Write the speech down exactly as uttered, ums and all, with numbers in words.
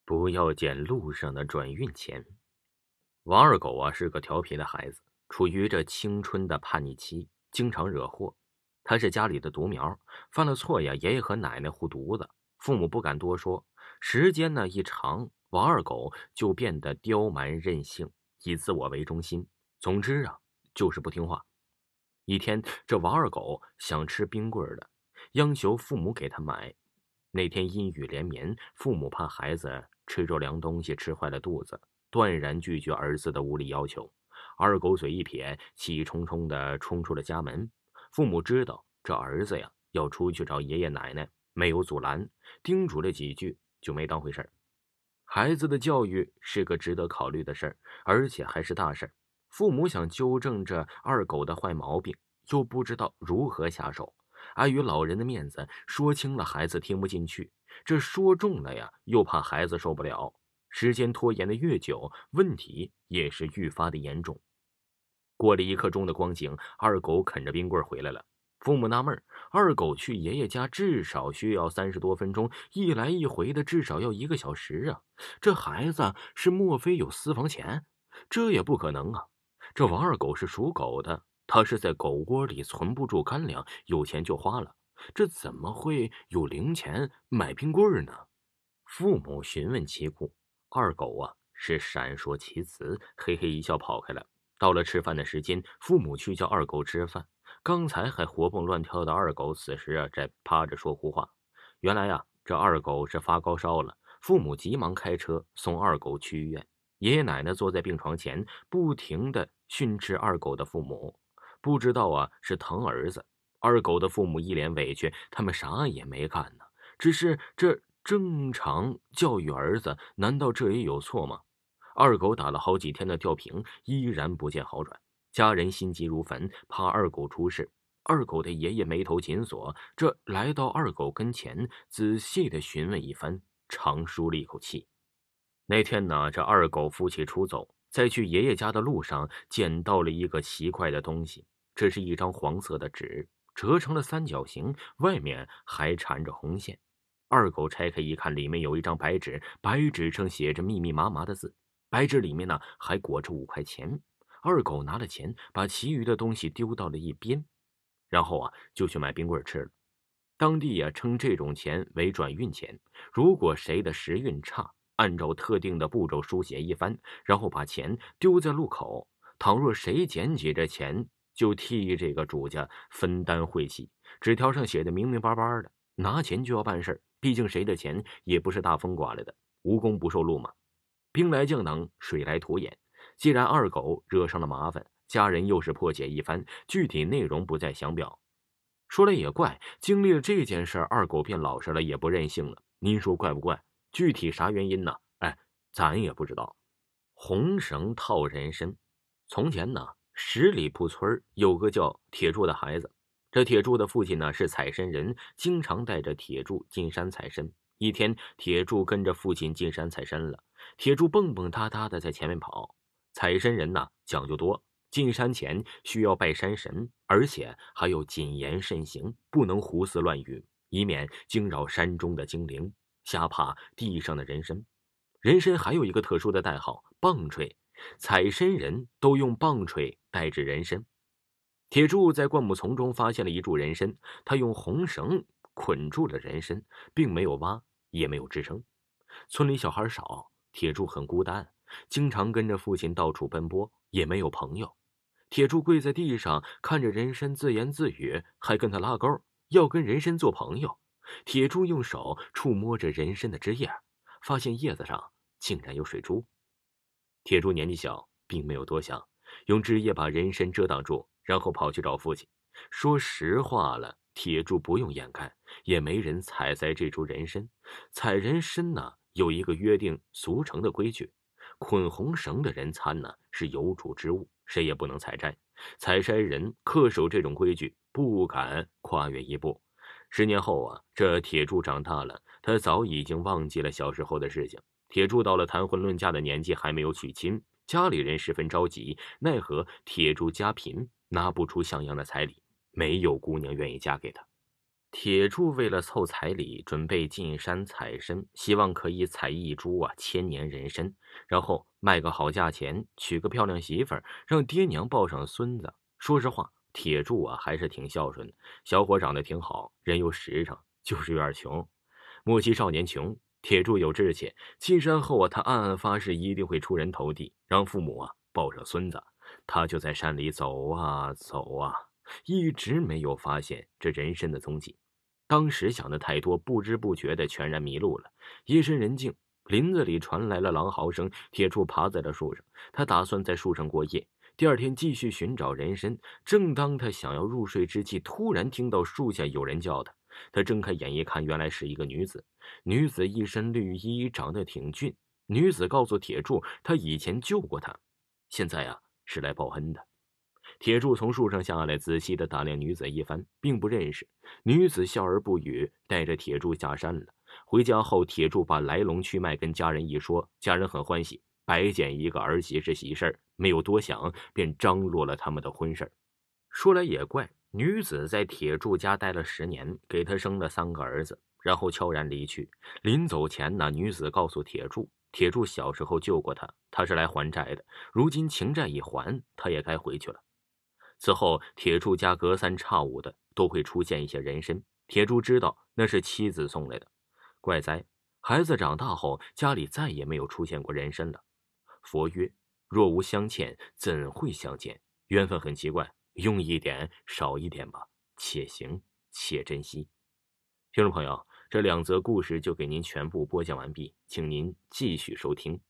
不要捡路上的转运钱。王二狗啊是个调皮的孩子，处于这青春的叛逆期，经常惹祸。他是家里的独苗，犯了错呀，爷爷和奶奶护犊子，父母不敢多说。时间呢一长，王二狗就变得刁蛮任性，以自我为中心。总之啊，就是不听话。一天，这王二狗想吃冰棍的，央求父母给他买。那天阴雨连绵，父母怕孩子吃着凉东西吃坏了肚子，断然拒绝儿子的无理要求。二狗嘴一撇，气冲冲地冲出了家门。父母知道这儿子呀要出去找爷爷奶奶，没有阻拦，叮嘱了几句就没当回事儿。孩子的教育是个值得考虑的事儿，而且还是大事儿。父母想纠正这二狗的坏毛病，又不知道如何下手。碍于老人的面子，说轻了孩子听不进去，这说重了呀，又怕孩子受不了。时间拖延的越久，问题也是愈发的严重。过了一刻钟的光景，二狗啃着冰棍回来了。父母纳闷，二狗去爷爷家至少需要三十多分钟，一来一回的至少要一个小时啊！这孩子是莫非有私房钱？这也不可能啊！这王二狗是属狗的，他是在狗窝里存不住干粮，有钱就花了，这怎么会有零钱买冰棍呢？父母询问其故，二狗啊是闪烁其词，嘿嘿一笑跑开了。到了吃饭的时间，父母去叫二狗吃饭。刚才还活蹦乱跳的二狗，此时啊在趴着说胡话。原来啊，这二狗是发高烧了，父母急忙开车送二狗去医院。爷爷奶奶坐在病床前，不停地训斥二狗的父母，不知道啊是疼儿子。二狗的父母一脸委屈，他们啥也没干呢，只是这正常教育儿子，难道这也有错吗？二狗打了好几天的吊瓶，依然不见好转，家人心急如焚，怕二狗出事。二狗的爷爷眉头紧锁，这来到二狗跟前，仔细的询问一番，长舒了一口气。那天呢，这二狗夫妻出走，在去爷爷家的路上，捡到了一个奇怪的东西。这是一张黄色的纸，折成了三角形，外面还缠着红线。二狗拆开一看，里面有一张白纸，白纸上写着密密麻麻的字。白纸里面呢还裹着五块钱。二狗拿了钱，把其余的东西丢到了一边，然后啊就去买冰棍吃了。当地啊称这种钱为转运钱，如果谁的时运差，按照特定的步骤书写一番，然后把钱丢在路口，倘若谁捡起这钱，就替这个主家分担晦气。纸条上写的明明白白的，拿钱就要办事，毕竟谁的钱也不是大风刮来的，无功不受禄嘛。兵来将挡，水来土掩。既然二狗惹上了麻烦，家人又是破解一番，具体内容不再详表。说来也怪，经历了这件事，二狗变老实了，也不任性了。您说怪不怪？具体啥原因呢？哎，咱也不知道。红绳套人参。从前呢，十里铺村有个叫铁柱的孩子。这铁柱的父亲呢是采参人，经常带着铁柱进山采参。一天，铁柱跟着父亲进山采参了。铁柱蹦蹦哒哒的在前面跑。采参人呢讲究多，进山前需要拜山神，而且还有谨言慎行，不能胡思乱语，以免惊扰山中的精灵，吓怕地上的人参。人参还有一个特殊的代号，棒槌。采参人都用棒槌代指人参。铁柱在灌木丛中发现了一柱人参，他用红绳捆住了人参，并没有挖，也没有支撑。村里小孩少，铁柱很孤单，经常跟着父亲到处奔波，也没有朋友。铁柱跪在地上，看着人参自言自语，还跟他拉钩，要跟人参做朋友。铁柱用手触摸着人参的枝叶，发现叶子上竟然有水珠。铁柱年纪小，并没有多想，用枝叶把人参遮挡住，然后跑去找父亲。说实话了，铁柱不用掩盖，也没人采摘这株人参。采人参呢，有一个约定俗成的规矩，捆红绳的人参呢是有主之物，谁也不能采摘。采摘人恪守这种规矩，不敢跨越一步。十年后啊，这铁柱长大了，他早已经忘记了小时候的事情。铁柱到了谈婚论嫁的年纪，还没有娶亲，家里人十分着急，奈何铁柱家贫，拿不出像样的彩礼，没有姑娘愿意嫁给他。 铁柱为了凑彩礼，准备进山采参，希望可以采一株啊千年人参，然后卖个好价钱，娶个漂亮媳妇儿，让爹娘抱上孙子。说实话，铁柱啊还是挺孝顺的，小伙长得挺好，人又实诚，就是有点穷。莫欺少年穷，铁柱有志气。进山后啊，他暗暗发誓一定会出人头地，让父母啊抱上孙子。他就在山里走啊走啊，一直没有发现这人参的踪迹。当时想的太多，不知不觉的全然迷路了。夜深人静，林子里传来了狼嚎声。铁柱爬在了树上，他打算在树上过夜，第二天继续寻找人参。正当他想要入睡之际，突然听到树下有人叫他。他睁开眼一看，原来是一个女子。女子一身绿衣，长得挺俊。女子告诉铁柱，她以前救过他，现在啊是来报恩的。铁柱从树上下来，仔细地打量女子一番，并不认识。女子笑而不语，带着铁柱下山了。回家后，铁柱把来龙去脉跟家人一说，家人很欢喜，白捡一个儿媳是喜事儿，没有多想，便张罗了他们的婚事。说来也怪，女子在铁柱家待了十年，给他生了三个儿子，然后悄然离去。临走前呢，女子告诉铁柱，铁柱小时候救过他，他是来还债的，如今情债已还，他也该回去了。此后，铁柱家隔三差五的都会出现一些人参，铁柱知道那是妻子送来的。怪哉，孩子长大后，家里再也没有出现过人参了。佛曰：若无相欠，怎会相见？缘分很奇怪，用一点少一点吧，且行且珍惜。听众朋友，这两则故事就给您全部播讲完毕，请您继续收听。